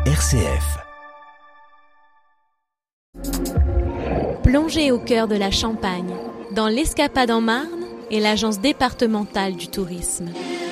RCF. Plongez au cœur de la Champagne, dans l'Escapade en Marne et l'Agence départementale du tourisme.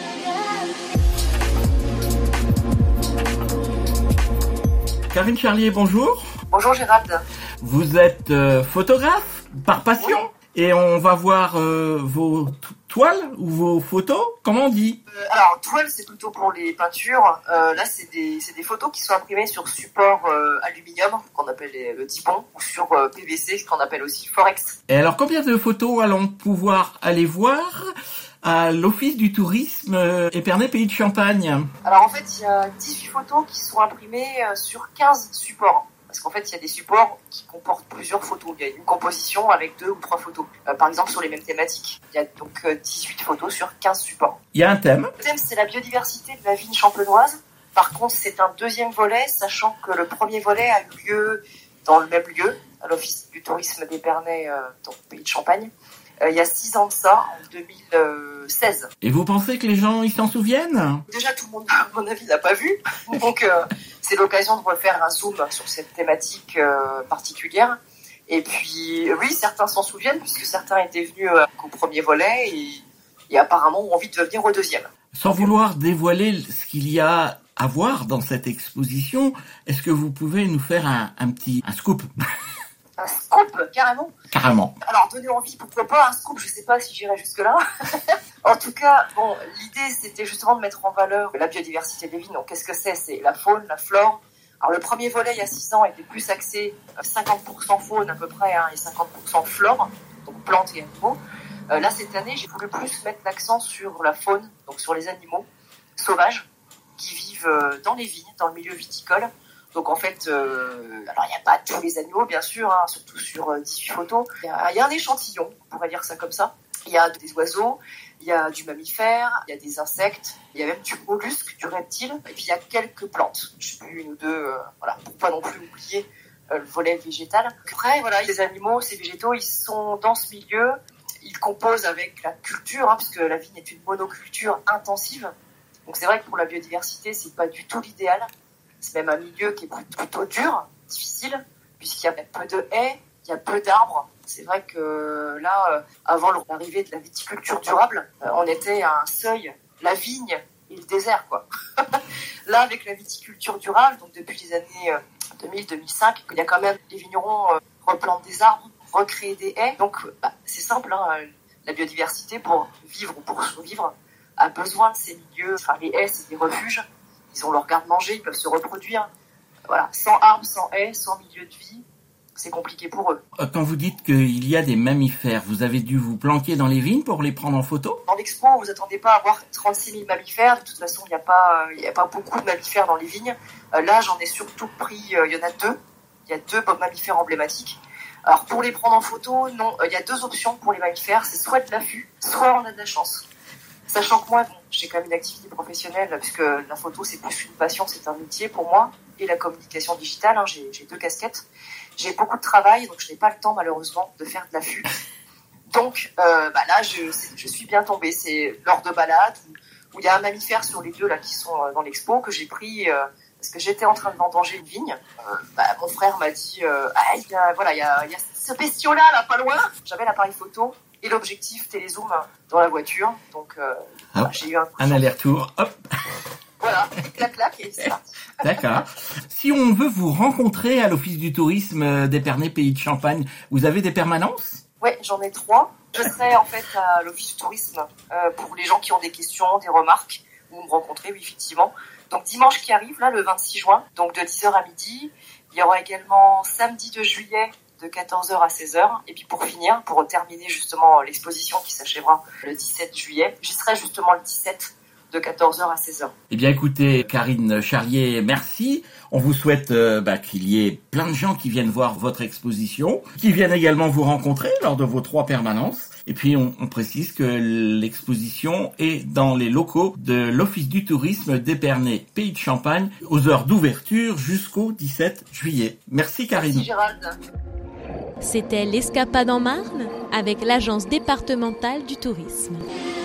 Karine Charlier, bonjour. Bonjour Gérald. Vous êtes photographe par passion, oui. Et on va voir vos toiles ou vos photos, comment on dit? Alors toile c'est plutôt pour les peintures, là c'est des photos qui sont imprimées sur support aluminium qu'on appelle le Dipon ou sur PVC qu'on appelle aussi Forex. Et alors combien de photos allons pouvoir aller voir à l'Office du tourisme Épernay Pays de Champagne? Alors en fait il y a 18 photos qui sont imprimées sur 15 supports. Parce qu'en fait, il y a des supports qui comportent plusieurs photos. Il y a une composition avec 2 ou 3 photos. Par exemple, sur les mêmes thématiques. Il y a donc 18 photos sur 15 supports. Il y a un thème. Le thème, c'est la biodiversité de la vigne champenoise. Par contre, c'est un deuxième volet, sachant que le premier volet a eu lieu dans le même lieu, à l'Office du tourisme d'Épernay, dans le Pays de Champagne. Il y a 6 ans de ça, en 2016. Et vous pensez que les gens ils s'en souviennent? Déjà, tout le monde, à mon avis, l'a pas vu. Donc, c'est l'occasion de refaire un zoom sur cette thématique particulière. Et puis, oui, certains s'en souviennent, puisque certains étaient venus au premier volet et apparemment ont envie de venir au deuxième. Sans vouloir dévoiler ce qu'il y a à voir dans cette exposition, est-ce que vous pouvez nous faire un scoop? Un scoop, carrément. Carrément. Alors, donner envie, pourquoi pas un scoop, je sais pas si j'irai jusque-là. En tout cas, bon, l'idée, c'était justement de mettre en valeur la biodiversité des vignes. Donc, qu'est-ce que c'est? C'est la faune, la flore. Alors, le premier volet, il y a 6 ans, était plus axé 50% faune à peu près, et 50% flore, donc plantes et animaux. Là, cette année, j'ai voulu plus mettre l'accent sur la faune, donc sur les animaux sauvages qui vivent dans les vignes, dans le milieu viticole. Donc en fait, alors il n'y a pas tous les animaux bien sûr, surtout sur 18 photos. Il y a un échantillon, on pourrait dire ça comme ça. Il y a des oiseaux, il y a du mammifère, il y a des insectes, il y a même du mollusque, du reptile, et puis il y a quelques plantes. Je sais plus, une ou deux, voilà, pour pas non plus oublier le volet végétal. Après, voilà, les animaux, ces végétaux, ils sont dans ce milieu, ils composent avec la culture, puisque la vigne est une monoculture intensive. Donc c'est vrai que pour la biodiversité, c'est pas du tout l'idéal. C'est même un milieu qui est plutôt dur, difficile, puisqu'il y a peu de haies, il y a peu d'arbres. C'est vrai que là, avant l'arrivée de la viticulture durable, on était à un seuil, la vigne et le désert, quoi. Là, avec la viticulture durable, donc depuis les années 2000-2005, il y a quand même, les vignerons replantent des arbres, recréent des haies. Donc, c'est simple, la biodiversité, pour vivre ou pour survivre, a besoin de ces milieux. Enfin, les haies, c'est des refuges. Ils ont leur garde-manger, ils peuvent se reproduire. Voilà, sans arbres, sans haies, sans milieu de vie, c'est compliqué pour eux. Quand vous dites qu'il y a des mammifères, vous avez dû vous planquer dans les vignes pour les prendre en photo? Dans l'expo, vous vous attendez pas à voir 36 000 mammifères. De toute façon, il n'y a pas beaucoup de mammifères dans les vignes. Là, j'en ai surtout pris, il y en a 2. Il y a 2 mammifères emblématiques. Alors, pour les prendre en photo, non, il y a 2 options pour les mammifères. C'est soit de l'affût, soit on a de la chance. Sachant que moi, j'ai quand même une activité professionnelle, puisque la photo, c'est plus une passion, c'est un métier pour moi, et la communication digitale, j'ai 2 casquettes. J'ai beaucoup de travail, donc je n'ai pas le temps, malheureusement, de faire de l'affût. Donc, là, je suis bien tombée. C'est lors de balades, où il y a un mammifère sur les 2 là, qui sont dans l'expo, que j'ai pris, parce que j'étais en train de vendanger une vigne. Mon frère m'a dit, il y a ce bestiau-là, là, pas loin. J'avais l'appareil photo et l'objectif télézoom dans la voiture. Donc, j'ai eu un aller-retour. Hop. Voilà, clac, et c'est parti. D'accord. Si on veut vous rencontrer à l'Office du tourisme d'Épernay Pays de Champagne, vous avez des permanences? Oui, j'en ai 3. Je serai en fait à l'Office du tourisme pour les gens qui ont des questions, des remarques, ou me rencontrer, oui, effectivement. Donc dimanche qui arrive, là, le 26 juin, donc de 10h à midi. Il y aura également samedi 2 juillet, de 14h à 16h. Et puis pour finir, pour terminer justement l'exposition qui s'achèvera le 17 juillet, j'y serai justement le 17 de 14h à 16h. Eh bien écoutez, Karine Charlier, merci. On vous souhaite qu'il y ait plein de gens qui viennent voir votre exposition, qui viennent également vous rencontrer lors de vos 3 permanences. Et puis on précise que l'exposition est dans les locaux de l'Office du tourisme d'Épernay Pays de Champagne aux heures d'ouverture jusqu'au 17 juillet. Merci Karine. Merci Gérald. C'était l'Escapade en Marne avec l'Agence départementale du tourisme.